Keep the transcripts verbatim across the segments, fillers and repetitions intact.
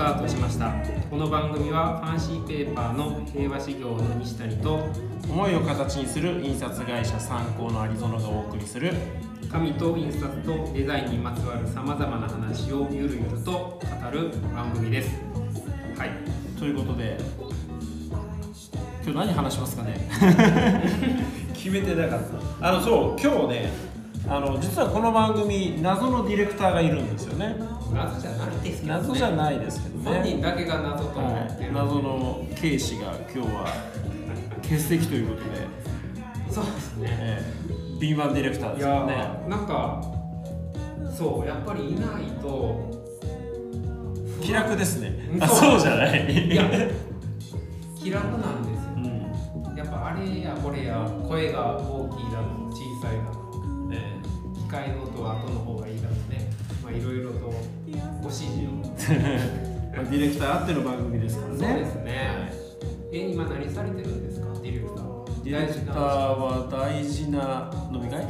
タートしました。この番組はファンシーペーパーの平和事業の西谷と思いを形にする印刷会社サンコーのアリゾナがお送りする紙と印刷とデザインにまつわるさまざまな話をゆるゆると語る番組です。はい、 ということで今日何話しますかね決めてなかった。あのそう今日ねあの実はこの番組謎のディレクターがいるんですよね。 謎じゃないですけどね。 謎じゃないですけどね。 本人だけが謎と思ってる、 はい、謎の警視が今日は欠席ということでそうですね、 えー、敏腕ディレクターですよね。 いやなんかそうやっぱりいないと気楽ですね。あ、そうじゃないいや気楽なんですよ、うん、やっぱあれやこれや声が大きいだの小さいだの機械の音は後の方がいいだろうね。まあいろいろとご指示をまあディレクターあっての番組ですからね。 そうですね、はい、え今何されてるんですかディレクターは。 ディレクターは大事な飲み会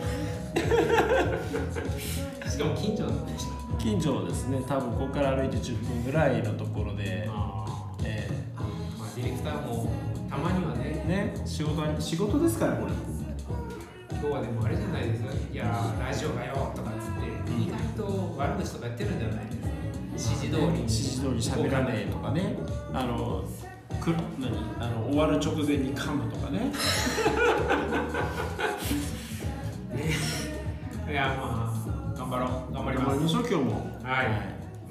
しかも近所なんでした。 近所ですね。多分ここから歩いてじゅっぷんぐらいのところであ、えーまあ、ディレクターもたまにはねね仕事に仕事ですからこれ。 今日はでもあれじゃないですか。いやラジオがよとかっつって、うん、意外と悪口とかやってるんじゃないですか。指示通り指示通り喋らねえとかね。あのく何あの終わる直前に噛むとかね。ねいやまあ頑張ろう頑張ります。 頑張りましょう今日も。 はい。はい、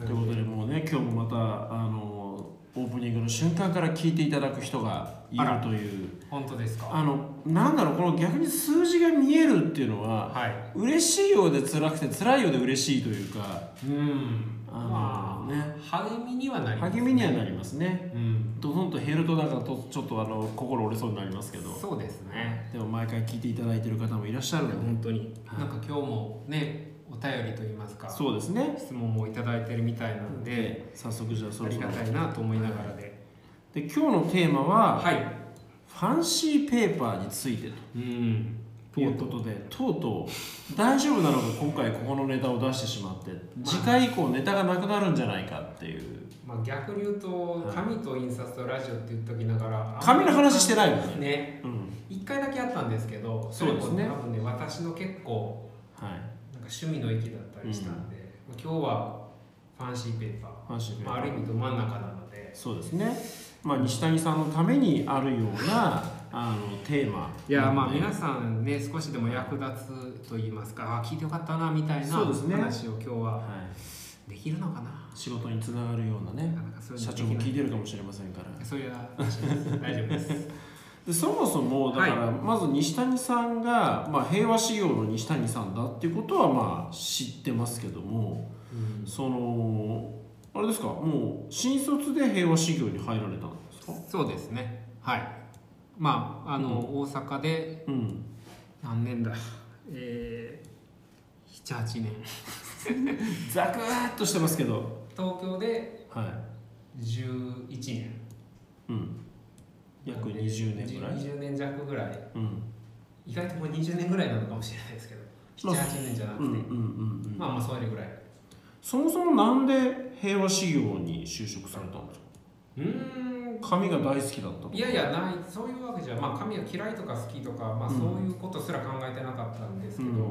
ということでもうね今日もまたあのオープニングの瞬間から聞いていただく人がいるという。 本当ですか。 あのなんだろうこの逆に数字が見えるっていうのは、はい、嬉しいようで辛くて辛いようで嬉しいというか、 うんあの、 まあ、ね励みにはなりますね。 励みにはなりますね。うん、ドドンと減るとなんかとちょっとあの心折れそうになりますけど。 そうですね。 でも毎回聞いていただいている方もいらっしゃるので本当に、はい、なんか今日もねお便りといいますか、 そうですね、 質問もいただいてるみたいなので、で早速じゃあそろそろありがたいなと思いながらで、 で今日のテーマは、 はい、 ファンシーペーパーについてということで、とうとう大丈夫なのか今回ここのネタを出してしまって次回以降ネタがなくなるんじゃないかっていう、 まあ、逆に言うと紙と印刷とラジオって言っときながら紙の話してないもんね、いっかいだけあったんですけど、それも多分ね私の結構趣味の域だったりしたんで、うん、今日はファンシーペーパー、ファンシーペーパー、まあ、ある意味ど真ん中なので、 そうですね、まあ、西谷さんのためにあるようなあのテーマ、 いやまあ皆さんね少しでも役立つと言いますか、あ聞いてよかったなみたいな話を今日はできるのかな、 仕事につながるようなね、社長も聞いてるかもしれませんから、 そういう話です大丈夫ですでそもそもだから、はい、まず西谷さんが、まあ、平和事業の西谷さんだっていうことはまあ知ってますけども、うん、そのあれですか、もう新卒で平和事業に入られたんですか。 そうですね、はい。まああの、うん、大阪で、うん、何年だ、えー、ななはちねんざくーっとしてますけど、 東京でじゅういちねん、 うん約にじゅうねんぐらい、 にじゅうねん弱ぐらい、うん、意外ともうにじゅうねんぐらいなのかもしれないですけど、ななはちねんじゃなくて、まあまあそれぐらい。 そもそもなんで平和事業に就職されたんですか。 うーん紙が大好きだった。 いやいやない、そういうわけじゃ、まあ紙が嫌いとか好きとか、まあそういうことすら考えてなかったんですけど、うんうん、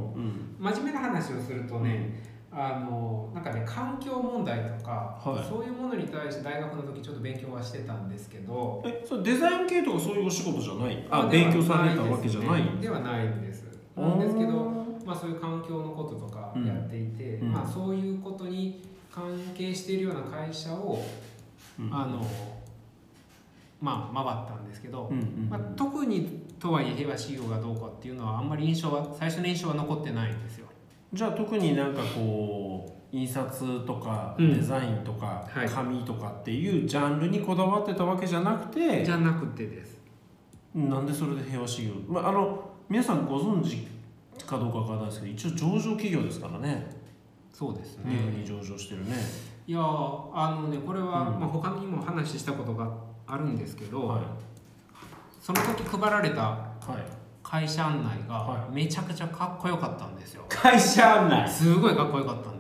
真面目な話をするとね、あのなんかね環境問題とか、はい、そういうものに対して大学の時ちょっと勉強はしてたんですけど、 えそれデザイン系とかそういうお仕事じゃない、あ勉強されたわけじゃない、 ではないんですなんですけど、まあそういう環境のこととかやっていて、うん、まあそういうことに関係しているような会社を、うん、あのまあ回ったんですけど、うんうん、まあ、特にとはいえ平和事業がどうかっていうのはあんまり印象は最初の印象は残ってないんですよ。 じゃあ特になんかこう印刷とかデザインとか紙とかっていうジャンルにこだわってたわけじゃなくて、 じゃなくてです。 なんでそれで平和事業、まあ、あの皆さんご存知かどうかわからないですけど、一応上場企業ですからね。 そうですね、 日本に上場してるね。 いやあのねこれは、うん、まあ、他にも話したことがあるんですけど、はい、その時配られた、はい会社案内がめちゃくちゃかっこよかったんですよ。 会社案内すごいかっこよかったんです。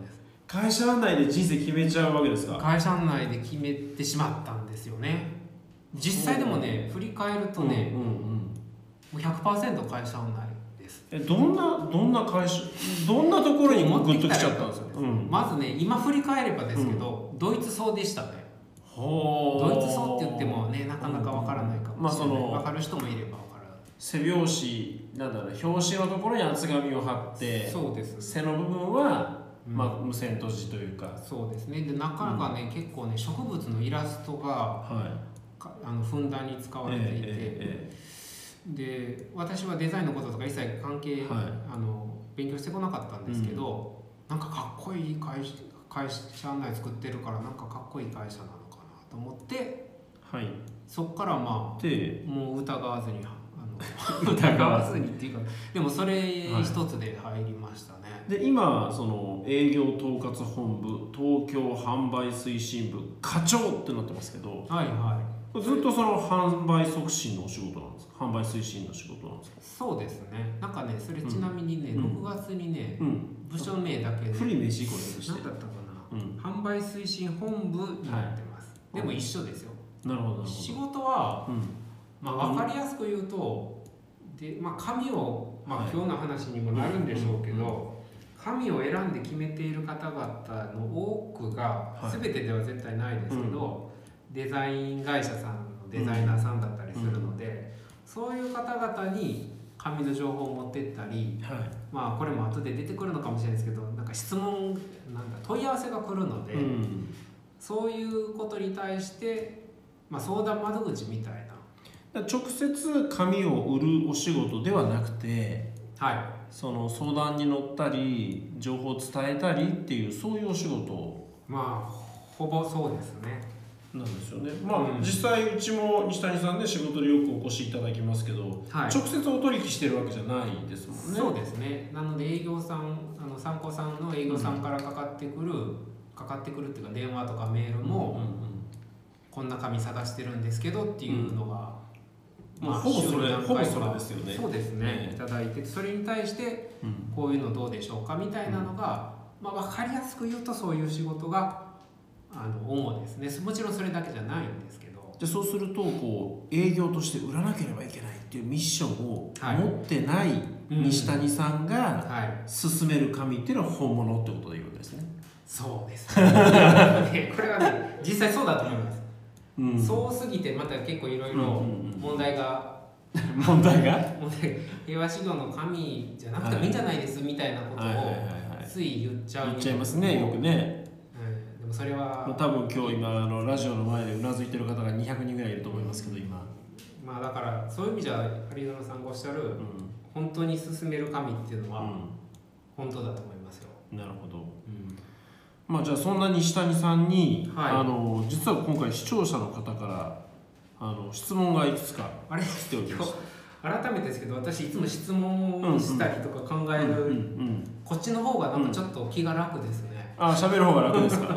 会社案内で人生決めちゃうわけですか？ 会社案内で決めてしまったんですよね。実際でもね振り返るとね、うんうんうん、もう ひゃくパーセント 会社案内です。 えどんなどんな会社どんなところにグッときちゃったんですか？ うん、まずね今振り返ればですけど、うん、ドイツ層でしたね。ドイツ層って言ってもねなかなかわからないかもしれない、うんまあ、分かる人もいれば分からない。 背表紙なんだろう表紙のところに厚紙を貼ってそうです背の部分はまあ、無線閉じというかそうですね。でなかなかね、うん、結構ね植物のイラストが、はい、あのふんだんに使われていて、えーえー、で私はデザインのこととか一切関係、はい、あの勉強してこなかったんですけど、うん、なんかかっこいい会社会社案内作ってるからなんかかっこいい会社なのかなと思って、はい、そっからまあもう疑わずにあの疑わずにっていうかでもそれ一つで入りましたね。 で今その営業統括本部東京販売推進部課長ってなってますけど、はいはい、ずっとその販売促進のお仕事なんですか？販売推進の仕事なんですか？ そうですね。なんかねそれちなみにね、うん、ろくがつにね、うん、部署名だけで古い名刺これして何だったかな、うん、販売推進本部になってます、はい、でも一緒ですよ。 なるほど。 仕事は、うんまあ、分かりやすく言うとで、まあ、紙を、まあ、今日の話にもなるんでしょうけど、はい紙を選んで決めている方々の多くが、はい、全てでは絶対ないですけど、うん、デザイン会社さんのデザイナーさんだったりするので、うん、そういう方々に紙の情報を持ってったり、はい、まあこれも後で出てくるのかもしれないですけどなんか質問なんだ問い合わせが来るので、うん、そういうことに対して、まあ、相談窓口みたいな直接紙を売るお仕事ではなくてはい、その相談に乗ったり情報を伝えたりっていうそういうお仕事をまあほぼそうですねなんですよね。まあ、うん、実際うちも西谷さんで仕事でよくお越しいただきますけど、はい、直接お取引してるわけじゃないですもんね。 そうですね。なので営業さんあの参考さんの営業さんからかかってくる、うん、かかってくるっていうか電話とかメールも、うんうんうん、こんな紙探してるんですけどっていうのが、うんまあ、ほぼそれほぼそれですよね。 そうですね、ねいただいてそれに対してこういうのどうでしょうかみたいなのが、うんまあ、分かりやすく言うとそういう仕事があの主ですね。もちろんそれだけじゃないんですけどじゃあそうするとこう営業として売らなければいけないっていうミッションを持ってない西谷さんが進める紙っていうのは本物ってことでいいわけですね。 そうですねこれはね実際そうだと思います。うん、そうすぎてまた結構いろいろ問題が、 うんうん、問題が問題平和指導の神じゃなくてもいいんじゃないですみたいなことをつい言っちゃう言っちゃいますねよくね、 うん、でもそれは多分今日今あのラジオの前でうなずいてる方がにひゃくにんぐらいいると思いますけど今まあだからそういう意味じゃ有園さんがおっしゃる、うん、本当に進める神っていうのは本当だと思いますよ。 なるほど、うんまあ、じゃあそんな西谷さんに、はい、あの実は今回視聴者の方からあの質問がいくつか来ておりました。 改めてですけど私いつも質問したりとか考えるこっちの方がなんかちょっと気が楽ですね。 うん、あ喋る方が楽ですか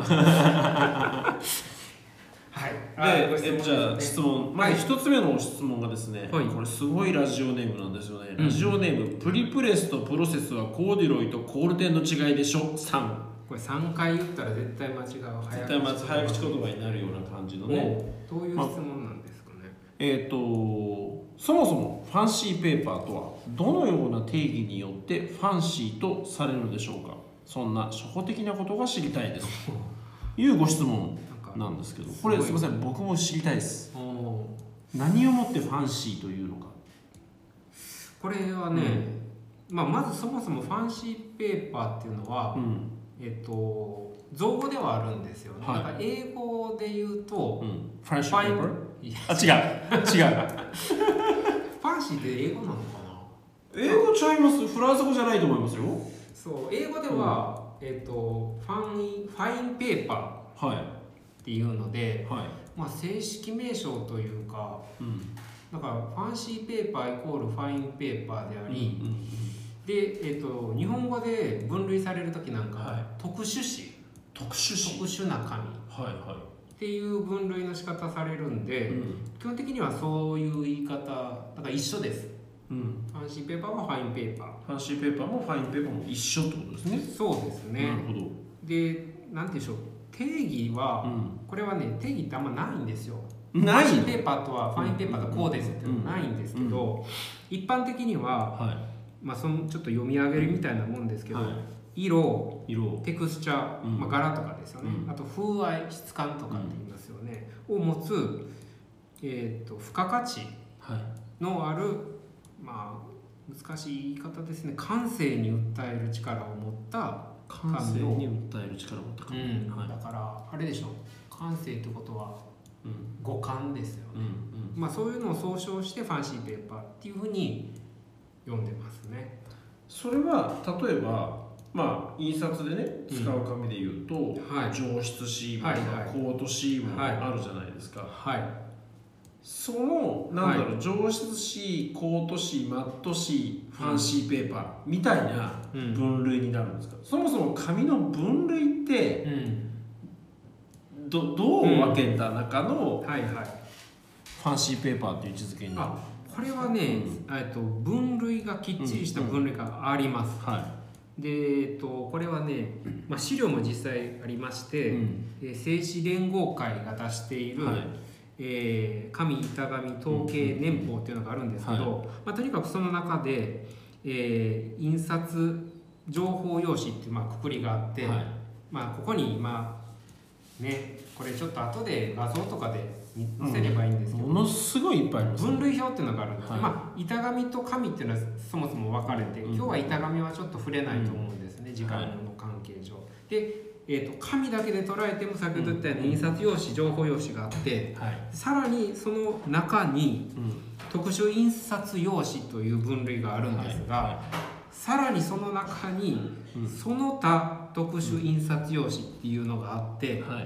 はいでえじゃあ質問まず一つ目の質問がですね、はい、これすごいラジオネームなんですよね、うん、ラジオネームプリプレスとプロセスはコーデュロイとコールテンの違いでしょさんこれさんかい言ったら絶対間違う絶対まず早口言葉になるような感じのねどういう質問なんですかね、ま、 えっ、ー、とそもそもファンシーペーパーとはどのような定義によってファンシーとされるのでしょうか。そんな初歩的なことが知りたいですというご質問なんですけどこれすみません僕も知りたいです。何をもってファンシーというのか。 これはね、うんまあ、まずそもそもファンシーペーパーっていうのは、うんえっと、造語ではあるんですよね、はい、なんか英語で言うと、うん、 ファンシーペーパーあ違う違うファンシーって英語なのかな。 英語ちゃいますフランス語じゃないと思いますよ。 そう英語では、うんえっと、ファンファインペーパーっていうので、はいまあ、正式名称というか、うん、だからファンシーペーパーイコールファインペーパーであり、うんうんうんでえー、と日本語で分類される時なんか、はい、特殊詞特殊詞特殊な紙、はいはい、っていう分類の仕方されるんで、うん、基本的にはそういう言い方だから一緒です、うん、ファンシーペーパーもファインペーパーファンシーペーパーもファインペーパーも一緒ってことですね。 そうですね。 なるほど。 でなんていうんでしょう、定義は、うん、これはね定義ってあんまないんですよ。 ないファンシーペーパーとはファインペーパーとこうですっていうのはないんですけど、うんうん、一般的には、はい、まあ、そのちょっと読み上げるみたいなもんですけど、はい、色、 色テクスチャー、うん、まあ、柄とかですよね、うん、あと風合い、質感とかって言いますよね、うん、を持つ、えー、と付加価値のある、はい、まあ、難しい言い方ですね、感性に訴える力を持った紙を、感性に訴える力を持った紙、 うん、はい、だからあれでしょう、感性ってことはうん、五感ですよね、うんうん、まあ、そういうのを総称してファンシーペーパーっていうふうに読んでますね。 それは例えば、まあ、印刷でね使う紙でいうと、うん、はい、上質紙とか、はいはい、コート紙もあるじゃないですか、はいはい、そのなんだろう、はい、上質紙、コート紙、マット紙、ファンシーペーパーみたいな分類になるんですか、うん、そもそも紙の分類って、うん、ど, どう分けた中の、うん、はいはい、ファンシーペーパーっていう位置づけになる。 あ、これはね、うん、えっと分類がきっちりした分類があります、うんうん、はい、で、えっと、これはね、まあ、資料も実際ありまして、うん、え製紙連合会が出している、はい、えー、紙板紙統計年報っていうのがあるんですけど、はい、まあ、とにかくその中で、えー、印刷情報用紙っていう、まあ、くくりがあって、はい、まあ、ここにまあね、これちょっと後で画像とかで載せればいいんですけど、 うん、ものすごいいっぱいあります、 ね、分類表っていうのがあるんです、はい、まあ、板紙と紙っていうのはそもそも分かれて、うん、今日は板紙はちょっと触れないと思うんですね、うん、時間の関係上、はい、で、えー、と紙だけで捉えても先ほど言ったように印刷用紙、情報用紙があって、はい、さらにその中に特殊印刷用紙という分類があるんですが、はいはい、さらにその中にその他特殊印刷用紙っていうのがあって、はい、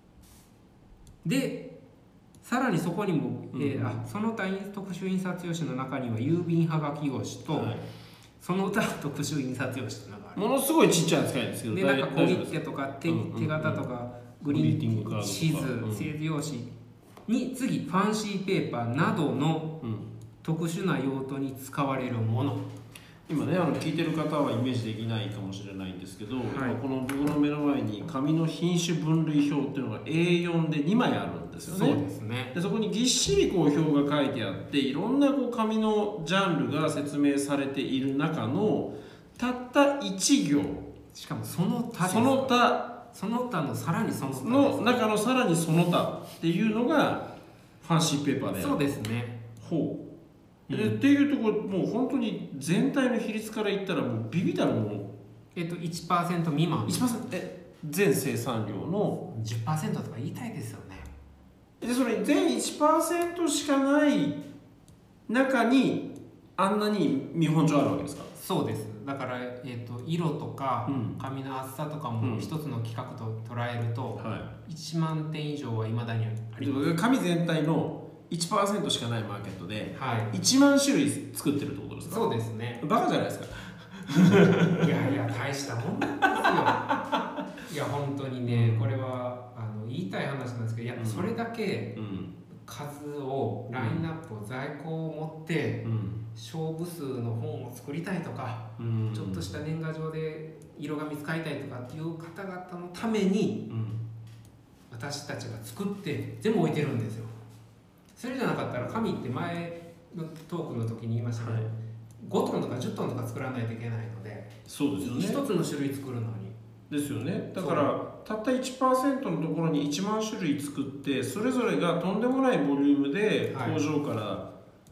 でさらにそこにも、えー、あその他特殊印刷用紙の中には郵便はがき用紙と、はい、その他特殊印刷用紙というのがある。 ものすごいちっちゃい扱いですけど、 でなんか小切手とか 手,、うんうんうん、手形とかグリーティングカードとか地図、製図用紙に次ファンシーペーパーなどの特殊な用途に使われるもの、 今ね、あの聞いてる方はイメージできないかもしれないんですけど、はい、この僕の目の前に紙の品種分類表っていうのが エーよん でにまいあるんですよね。 そうですね。 でそこにぎっしりこう表が書いてあって、いろんなこう紙のジャンルが説明されている中のたったいち行、 しかもその他です、 その他その他のさらにその他の中のさらにその他っていうのがファンシーペーパーである。 そうですね。 ほう。でっていうところ、もう本当に全体の比率から言ったらもうビビたるもの、 えっと いちパーセント 未満、 いちパーセント、 え全生産量のじゅっパーセント とか言いたいですよね。 でそれ全 いちパーセント しかない中にあんなに見本帳あるわけですか。 そうです。だから、えー、と色とか紙の厚さとかも一つの規格と捉えると、うんはい、いちまんてん以上はいまだにあります。 紙全体の いちパーセント しかないマーケットで、はい、いちまん種類作ってるってことですか。 そうですね。 バカじゃないですか。 いやいや大したもんなんですよ。いや本当にね、これはあの言いたい話なんですけど、いや、うん、それだけ数を、ラインナップを、在庫を持って、うん、勝負数の本を作りたいとか、うん、ちょっとした年賀状で色紙使いたいとかっていう方々のために、うん、私たちが作って全部置いてるんですよ。それじゃなかったら紙って前のトークの時に言いましたけど、はい、ごトンとかじゅっトンとか作らないといけないので、 そうですよね、 一つの種類作るのにですよね。だからたった いちパーセント のところにいちまん種類作って、それぞれがとんでもないボリュームで工場から、はい、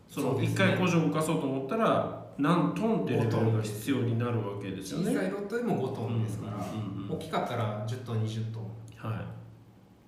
そのいっかい工場を動かそうと思ったら何トンってレベルが必要になるわけですよね。 小さいロットでもごトンですから、うんうんうん、大きかったらじゅっトンにじゅっトン、はい、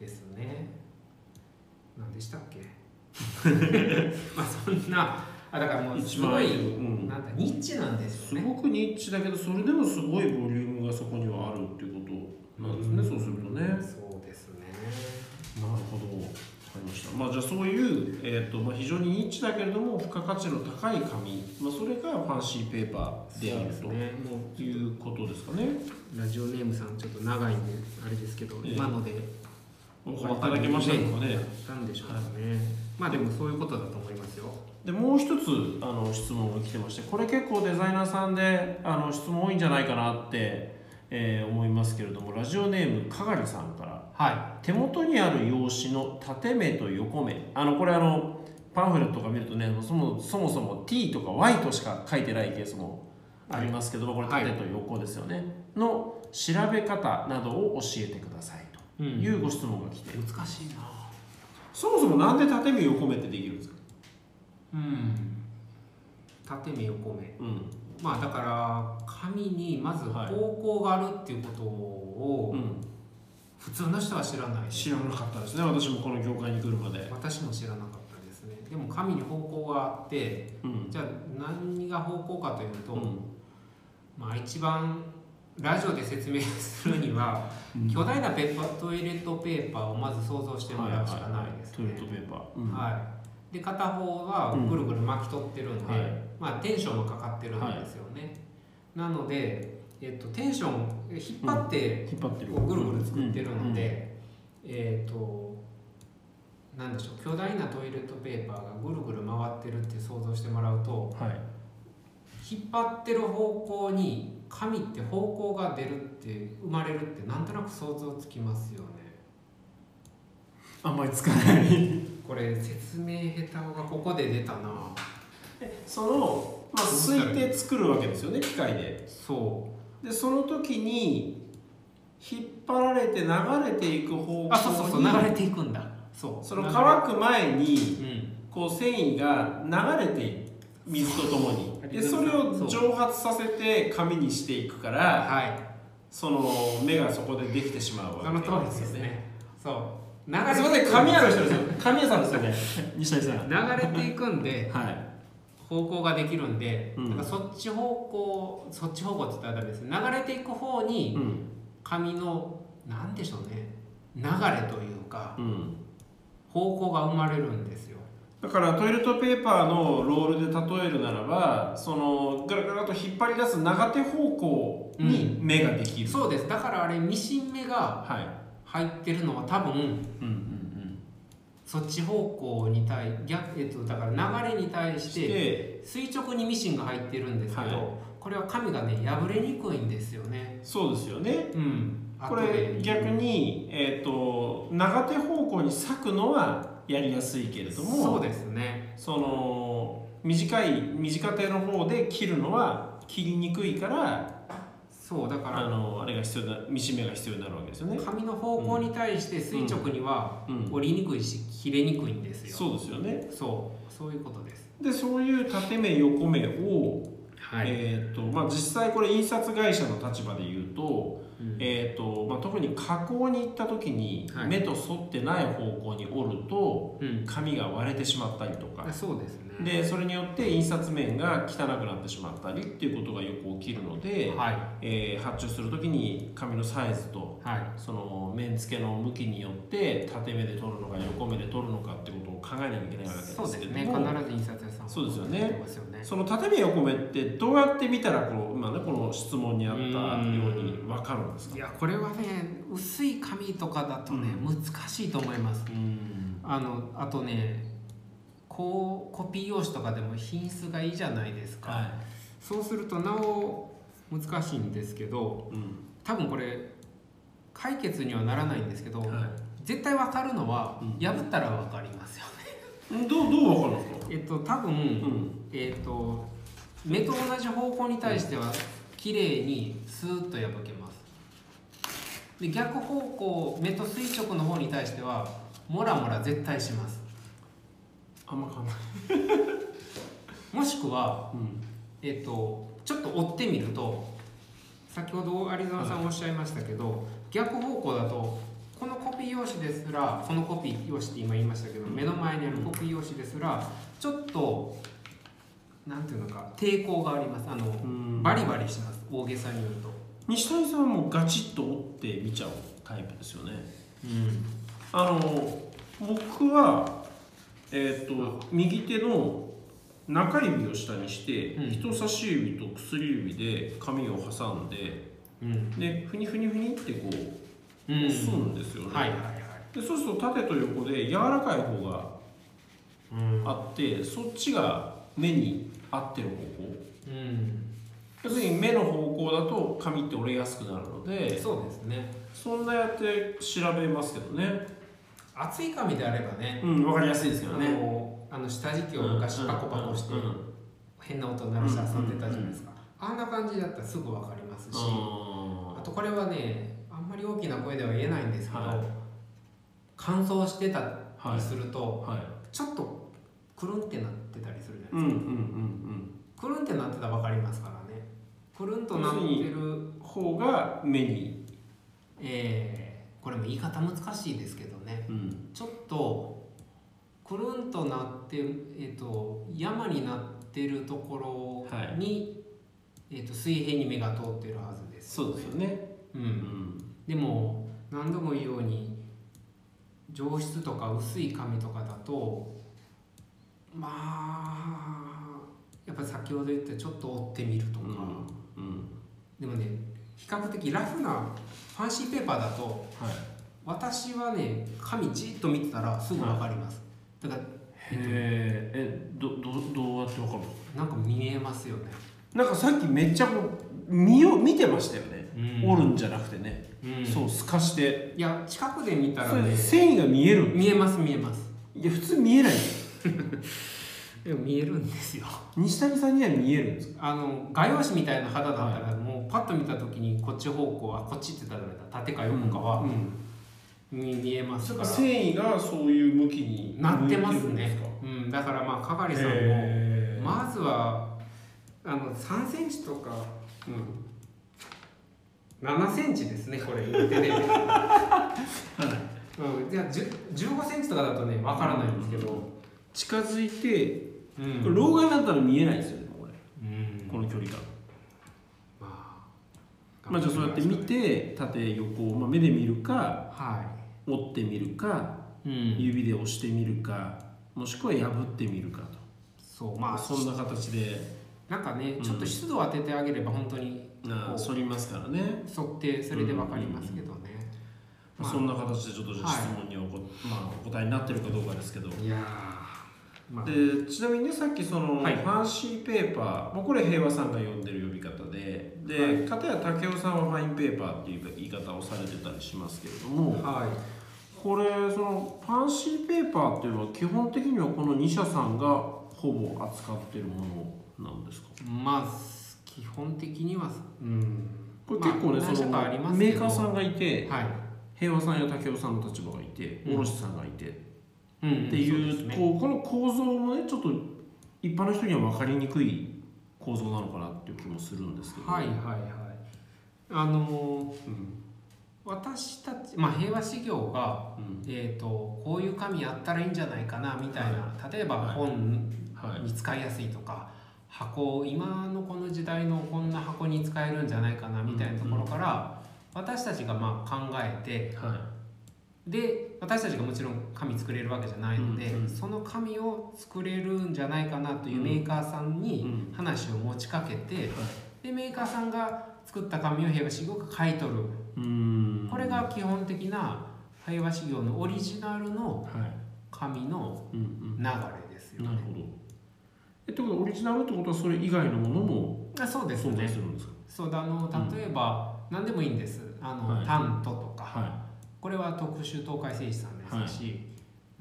ですね。何でしたっけまあそんな、あだからもうすごい、うん、なんかニッチなんですよね。 すごくニッチだけど、それでもすごいボリュームがそこにはあるっていうことなんですね、うん、そうするとね。 そうですね。 なるほど、わかりました。まあじゃあそういう、えーとまあ、非常にニッチだけれども付加価値の高い紙、まあ、それがファンシーペーパーであると、ね、もういうことですかね。 ラジオネームさんちょっと長いんであれですけど、えー、今のでお分かりいただけましたかね。 たんでしょうかね、はい、まあでもそういうことだと思いますよ。 でもう一つあの質問が来てまして、これ結構デザイナーさんであの質問多いんじゃないかなってえー、思いますけれども、ラジオネームかがりさんから、 はい、 手元にある用紙の縦目と横目、あのこれあのパンフレットとか見るとね、そもそもそも T とか Y としか書いてないケースもありますけども、これ縦と横ですよね、はい、の調べ方などを教えてくださいというご質問が来て、 うん、難しいな。 そもそもなんで縦目横目ってできるんですか？ うん、縦目横目、うん、まあだから紙にまず方向があるっていうことを、はい、うん、普通の人は知らない、 知らなかったですね。私もこの業界に来るまで私も知らなかったですね。でも紙に方向があって、うん、じゃあ何が方向かというと、うん、まあ一番ラジオで説明するには、うん、巨大なペーパートイレットペーパーをまず想像してもらうしかないですね。 トイレットペーパー、うん、 はい。で片方はぐるぐる巻き取ってるんで、うん、はい、まあテンションもかかってるんですよね。はい、なので、えっと、テンション引っ張って、 うん、引っ張ってるぐるぐる作ってるので、うんうん、えっとなんでしょう、巨大なトイレットペーパーがぐるぐる回ってるって想像してもらうと、はい、引っ張ってる方向に紙って方向が出るって生まれるってなんとなく想像つきますよね。 あんまりつかないこれ説明下手がここで出たな。 その、まあ、推定作るわけですよね、機械で。 そうでその時に引っ張られて流れていく方向に、 あ、そうそうそう、流れていくんだ。 そう、その乾く前に、うん、こう繊維が流れていく、水とともに。でそれを蒸発させて紙にしていくから、はい、その目がそこでできてしまうわけですよね。 そう流れていく。すみません、紙屋の人ですよ。紙屋さんですよね。西谷さん。 流れていくんで、はい、方向ができるんで、うん、だからそっち方向、そっち方向って言ったらダメです。流れていく方に紙の、うん、なんでしょうね、流れというか、うん、方向が生まれるんですよ。 だからトイレットペーパーのロールで例えるならば、そのガラガラと引っ張り出す長手方向に目ができる、 うん、そうです。だからあれミシン目が入ってるのは多分、うんうんうん、そっち方向に対逆、えっと、だから流れに対して垂直にミシンが入ってるんですけど、はい、これは紙がね破れにくいんですよね。 そうですよね、うん、これ逆に、えーと、長手方向に裂くのはやりやすいけれども、 そうですね、 その短い短手の方で切るのは切りにくいから、 そうだからあのあれが必要なミシン目が必要になるわけですよね。 紙の方向に対して垂直には折りにくいし、うん、切れにくいんですよ。 そうですよね。 そうそういうことです。 でそういう縦目横目を、はい、えーとまあ、実際これ印刷会社の立場で言うと、うん、えーとまあ、特に加工に行った時に目と沿ってない方向に折ると、はい、紙が割れてしまったりとか、 うん、そうですね。 でそれによって印刷面が汚くなってしまったりっていうことがよく起きるので、はい、えー、発注する時に紙のサイズと、はい、その面付けの向きによって縦目で取るのか横目で取るのかってことを考えなきゃいけないわけですけども、 そうですね、必ず印刷屋さんそうですよね。その縦目横目ってどうやって見たらこの今ねこの質問にあったように分かるんですか？ いやこれはね薄い紙とかだとね、うん、難しいと思います。うん、あのあとねこうコピー用紙とかでも品質がいいじゃないですか、はい、そうするとなお難しいんですけど、うん、多分これ解決にはならないんですけど、はい、絶対分かるのは、うん、破ったら分かりますよね。 どうどう分かるんですか？ えっと多分、うん、えっと目と同じ方向に対しては綺麗にスーッと破けます。で逆方向目と垂直の方に対してはモラモラ絶対します。 あんまかんないもしくは、うん、えっとちょっと追ってみると先ほど有沢さんおっしゃいましたけど、はい、逆方向だとこのコピー用紙ですらこのコピー用紙って今言いましたけど、うん、目の前にあるコピー用紙ですらちょっとなんていうのか抵抗があります。あのバリバリします。大げさに言うと西谷さんもガチッと折って見ちゃうタイプですよね。うん、あの僕はえー、と右手の中指を下にして、うん、人差し指と薬指で紙を挟んで、うん、でふにふにふにってこう押すんですよね。でそうすると縦と横で柔らかい方があって、うん、そっちが目に合ってる方向、うん、 要するに目の方向だと紙って折れやすくなるので、 そうですね。 そんなやって調べますけどね。 厚い紙であればね、 うん、分かりやすいですよね。 あのあの下敷きを昔パコパコして変な音を鳴らして遊んでたじゃないですか。あんな感じだったらすぐ分かりますし、あとこれはね、あんまり大きな声では言えないんですけど、はい、乾燥してたりすると、はいはい、ちょっとくるんってなってたりするじゃないですか。うんうんうんうん、くるんってなってたら分かりますからね。くるんとなってる方が目に、 えー、これも言い方難しいですけどね、うん、ちょっとくるんとなって、えーと、山になってるところに、はい、えーと、水平に目が通ってるはずです。 そうですよね、 うんうん、でも何度も言うように上質とか薄い紙とかだとまあやっぱり先ほど言ったちょっと折ってみるとか、うんうん、でもね比較的ラフなファンシーペーパーだと、はい、私はね紙じっと見てたらすぐ分かります、はい、だからへえどどどうやって分かるの？ なんか見えますよね。 なんかさっきめっちゃこう 見, よ見てましたよね、うん、折るんじゃなくてね、うん、そう透かしていや近くで見たらね繊維が見えるんです。 見えます見えます。 いや普通見えないでも見えるんですよ。 西谷さんには見えるんですか？ あの画用紙みたいな肌だったら、はい、もうパッと見た時にこっち方向はこっちって言ったら縦か横かは、うん、見えますから。 繊維がそういう向きになってますね。うん、だからまあ係さんもまずはあのさんセンチとか、うん、ななセンチですねこれ言ってね。はい。うん、じゃあじゅうごセンチとかだとねわからないんですけど、うん、 近づいて、うん、これ老眼だったら見えないですよねこれ、うん、この距離感。まあ、まあじゃあそうやって見て縦横、まあ、目で見るか、はい、折ってみるか、うん、指で押してみるかもしくは破ってみるかと。 そうまあそんな形でなんかね、うん、ちょっと湿度を当ててあげれば本当に反りますからね。 反ってそれで分かりますけどね、 うんうんうん、まあ、そんな形でちょっとじゃあ質問におこ、はい、まあ、お答えになってるかどうかですけど、 いや、まあ、 でちなみにねさっきその、はい、ファンシーペーパー、まあ、これ平和さんが呼んでる呼び方でで、はい、片や武雄さんはファインペーパーっていう言い方をされてたりしますけれども、はい、これそのファンシーペーパーっていうのは基本的にはこのに社さんがほぼ扱ってるものなんですか？ まあ基本的には、うん、 これ結構ね、まあ、そのメーカーさんがいて、はい、平和さんや武雄さんの立場がいて、うん、卸さんがいて、うん、っていう、ね、こうこの構造もねちょっと一般の人には分かりにくい構造なのかなっていう気もするんですけど、 はいはいはい。あのーうん、私たち、まあ、平和事業が、うん、えーと、こういう紙やったらいいんじゃないかなみたいな、はい、例えば本に使いやすいとか、はい、箱今のこの時代のこんな箱に使えるんじゃないかなみたいなところから、うんうん、私たちがまあ考えて、はい、で私たちがもちろん紙作れるわけじゃないので、うんうん、その紙を作れるんじゃないかなというメーカーさんに話を持ちかけて、うんうん、でメーカーさんが作った紙を平和事業が買い取る、うん、これが基本的な平和事業のオリジナルの紙の流れですよね。 なるほど。えっとオリジナルってことはそれ以外のものも存在するんですか？そうだ、あの例えば、うん、何でもいいんです。あの、はい、タントとか、はい、これは特殊東海製紙さんですし、はい、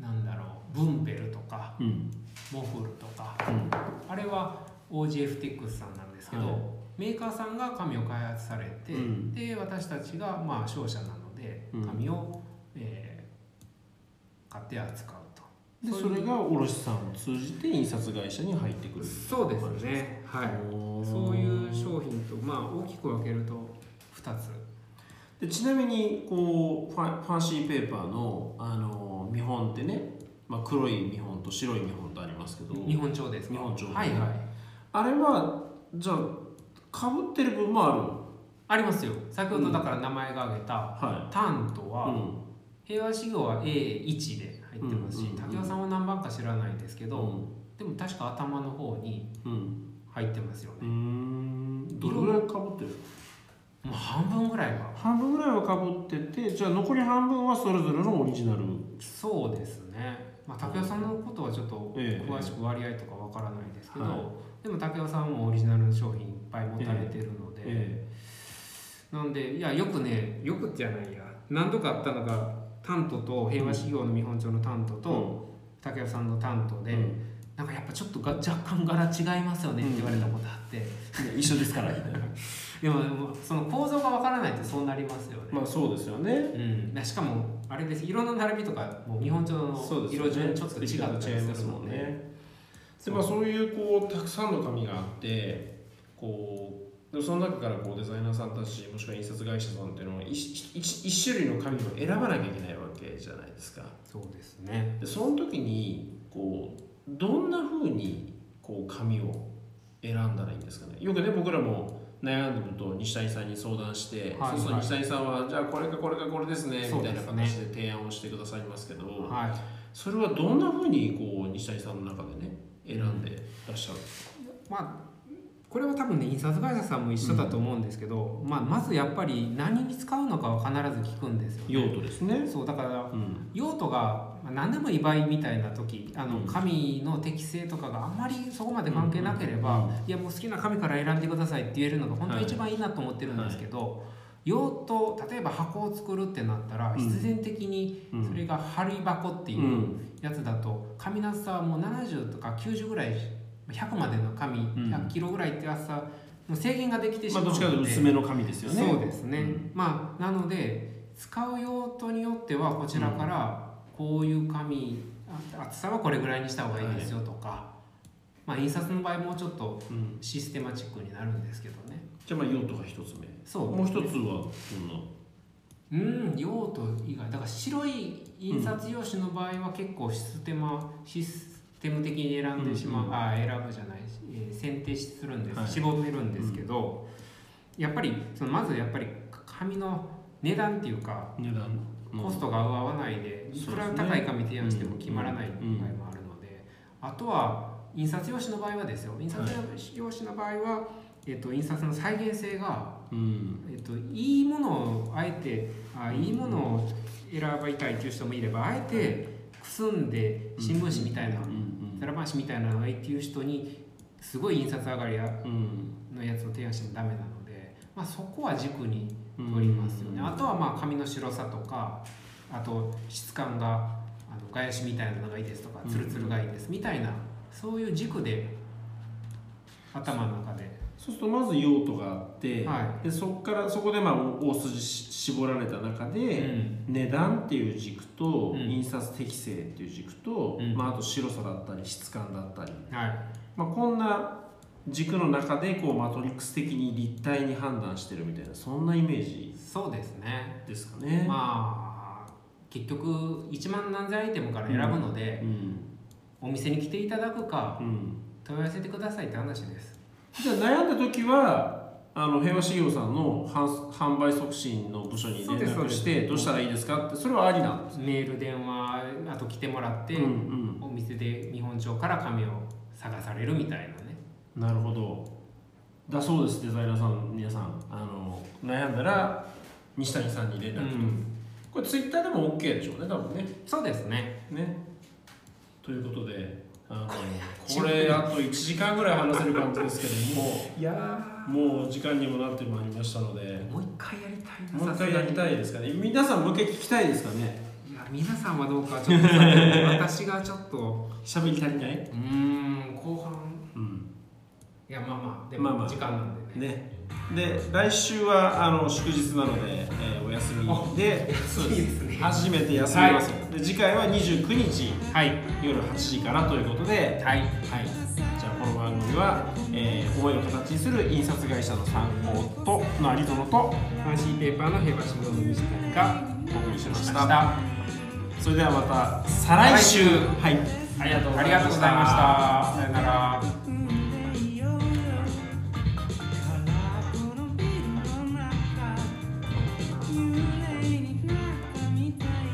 なんだろうブンペルとか、うん、モフルとか、うん、あれは オージーエフテックスさんなんですけど、はい、メーカーさんが紙を開発されて、うん、で私たちがまあ商社なので紙を、うん、えー、買って扱うと。 でそれが卸さんを通じて印刷会社に入ってくる。 そうですね、はい、そういう商品と、まあ、大きく分けるとふたつで。ちなみにこうファ, ファンシーペーパー の, あの見本ってね、まあ、黒い見本と白い見本とありますけど、 見本帳ですか？ 見本帳、 はいはい。あれはじゃあかぶってる部分もある？ ありますよ。先ほどだから名前が挙げた、うん、タントは、うん、平和事業は エーワン で入ってますし、うんうんうん、武雄さんは何番か知らないんですけど、うん、でも確か頭の方に入ってますよね。 うん、どれぐらいかぶってる？ まあ半分ぐらいは半分ぐらいはかぶってて、じゃあ残り半分はそれぞれのオリジナル。 そうですね。まあ竹雄さんのことはちょっと詳しく割合とかわからないですけど、ええ、はい、でも竹雄さんもオリジナル商品いっぱい持たれてるので、ええ、なんでいやよくねよくじゃないや何度かあったのがタントと平和修行の見本帳のタントと竹雄さんのタントで、うん、なんかやっぱちょっとが若干柄違いますよねって言われたことあって、 うん、一緒ですからみたいな。 でも、でもその構造がわからないとそうなりますよね。 まあそうですよね。 うん、しかもあれです、色の並びとかもう見本帳の色順ちょっと違ったりするもんね。 でまあそういうこうたくさんの紙があってこうでその中からこうデザイナーさんたちもしくは印刷会社さんっていうのは 一, 一, 一種類の紙を選ばなきゃいけないわけじゃないですか。 そうですね。 でその時にこうどんな風にこう紙を選んだらいいんですかね。よくね僕らも悩んでると西谷さんに相談して、はい、そうすると西谷さんはじゃあこれかこれかこれですねみたいな形で提案をしてくださいますけど、はい、それはどんな風にこう西谷さんの中でね選んでらっしゃるんですか。 まあこれは多分ね印刷会社さんも一緒だと思うんですけど、うん、まあ、まずやっぱり何に使うのかは必ず聞くんですよね。 用途ですね。 そうだから、うん、用途が何でもいい場合みたいな時あの紙の適性とかがあんまりそこまで関係なければ、うんうんうん、いやもう好きな紙から選んでくださいって言えるのが本当に一番いいなと思ってるんですけど、はいはい、用途例えば箱を作るってなったら、うん、必然的にそれが貼り箱っていうやつだと紙の厚さはもうななじゅうとかきゅうじゅうぐらいひゃくまでの紙、うん、ひゃくキロぐらいって厚さもう制限ができてしまうので、 まあ、どっちかというと薄めの紙ですよね。 そうですね、うん、まあなので使う用途によってはこちらからこういう紙厚さはこれぐらいにした方がいいですよとか、はい、まあ印刷の場合もうちょっとシステマチックになるんですけどね、 うん、じゃあまあ用途が一つ目。 そうもう一つはどんな。 うん用途以外だから白い印刷用紙の場合は結構システマシステム的に選んでしまう、うんうん、あ選ぶじゃない、えー、選定するんです、はい、絞めるんですけど、うん、やっぱりそのまずやっぱり紙の値段っていうか値段、 うん、コストが合わないでいくら高い紙提案しても決まらない場合もあるので、あとは印刷用紙の場合はですよ印刷用紙の場合は、えー、と印刷の再現性が、うんえー、といいものをあえてあいいものを選ばいたいという人もいればあえてくすんで新聞紙みたいなざらばしみたいなのがいいっていう人にすごい印刷上がりのやつを提案してもダメなので、まあ、そこは軸に取りますよね。あとはまあ紙の白さとかあと質感があのガヤ紙みたいなのがいいですとかツルツルがいいですみたいなそういう軸で頭の中で。 そうするとまず用途があって、はい、でそこからそこでまあ大筋絞られた中で、うん、値段っていう軸と、うん、印刷適正っていう軸と、うんまあ、あと白さだったり質感だったり、はいまあ、こんな軸の中でこうマトリックス的に立体に判断してるみたいなそんなイメージそうですねですかね。 まあ結局いちまん何千アイテムから選ぶので、うんうん、お店に来ていただくか、うん、問い合わせてくださいって話です。 じゃあ悩んだ時はあの平和修行さんの販売促進の部署に連絡してどうしたらいいですかってそれはありなんですか。 メール電話あと来てもらって、うんうん、お店で見本帳から紙を探されるみたいなね。 なるほどだそうです。デザイナーさん皆さんあの悩んだら西谷さんに連絡と、うん、これツイッターでも OK でしょうね多分ね。 そうですねねということであのこれあといちじかんぐらい話せる感じですけどもいやもう時間にもなってまいりましたのでもう一回やりたいな。 もう一回やりたいですかね。皆さんもう一回聞きたいですかね。 いや皆さんはどうかちょっと私がちょっと喋り足りない。うーん後半、うん、いやまあまあでも時間なんで ね,、まあまあ、ねで来週はあの祝日なので、えー、お休みでそうですね初めて休みます、はい、で次回はにじゅうくにち、はい、夜はちじからということで、はいはい、じゃあこの番組は、えー、思いを形にする印刷会社の参考との有園とファンシーペーパーの平和指導の西谷がお送りしました。それではまた再来週、はい、はい、ありがとうございました。さよなら。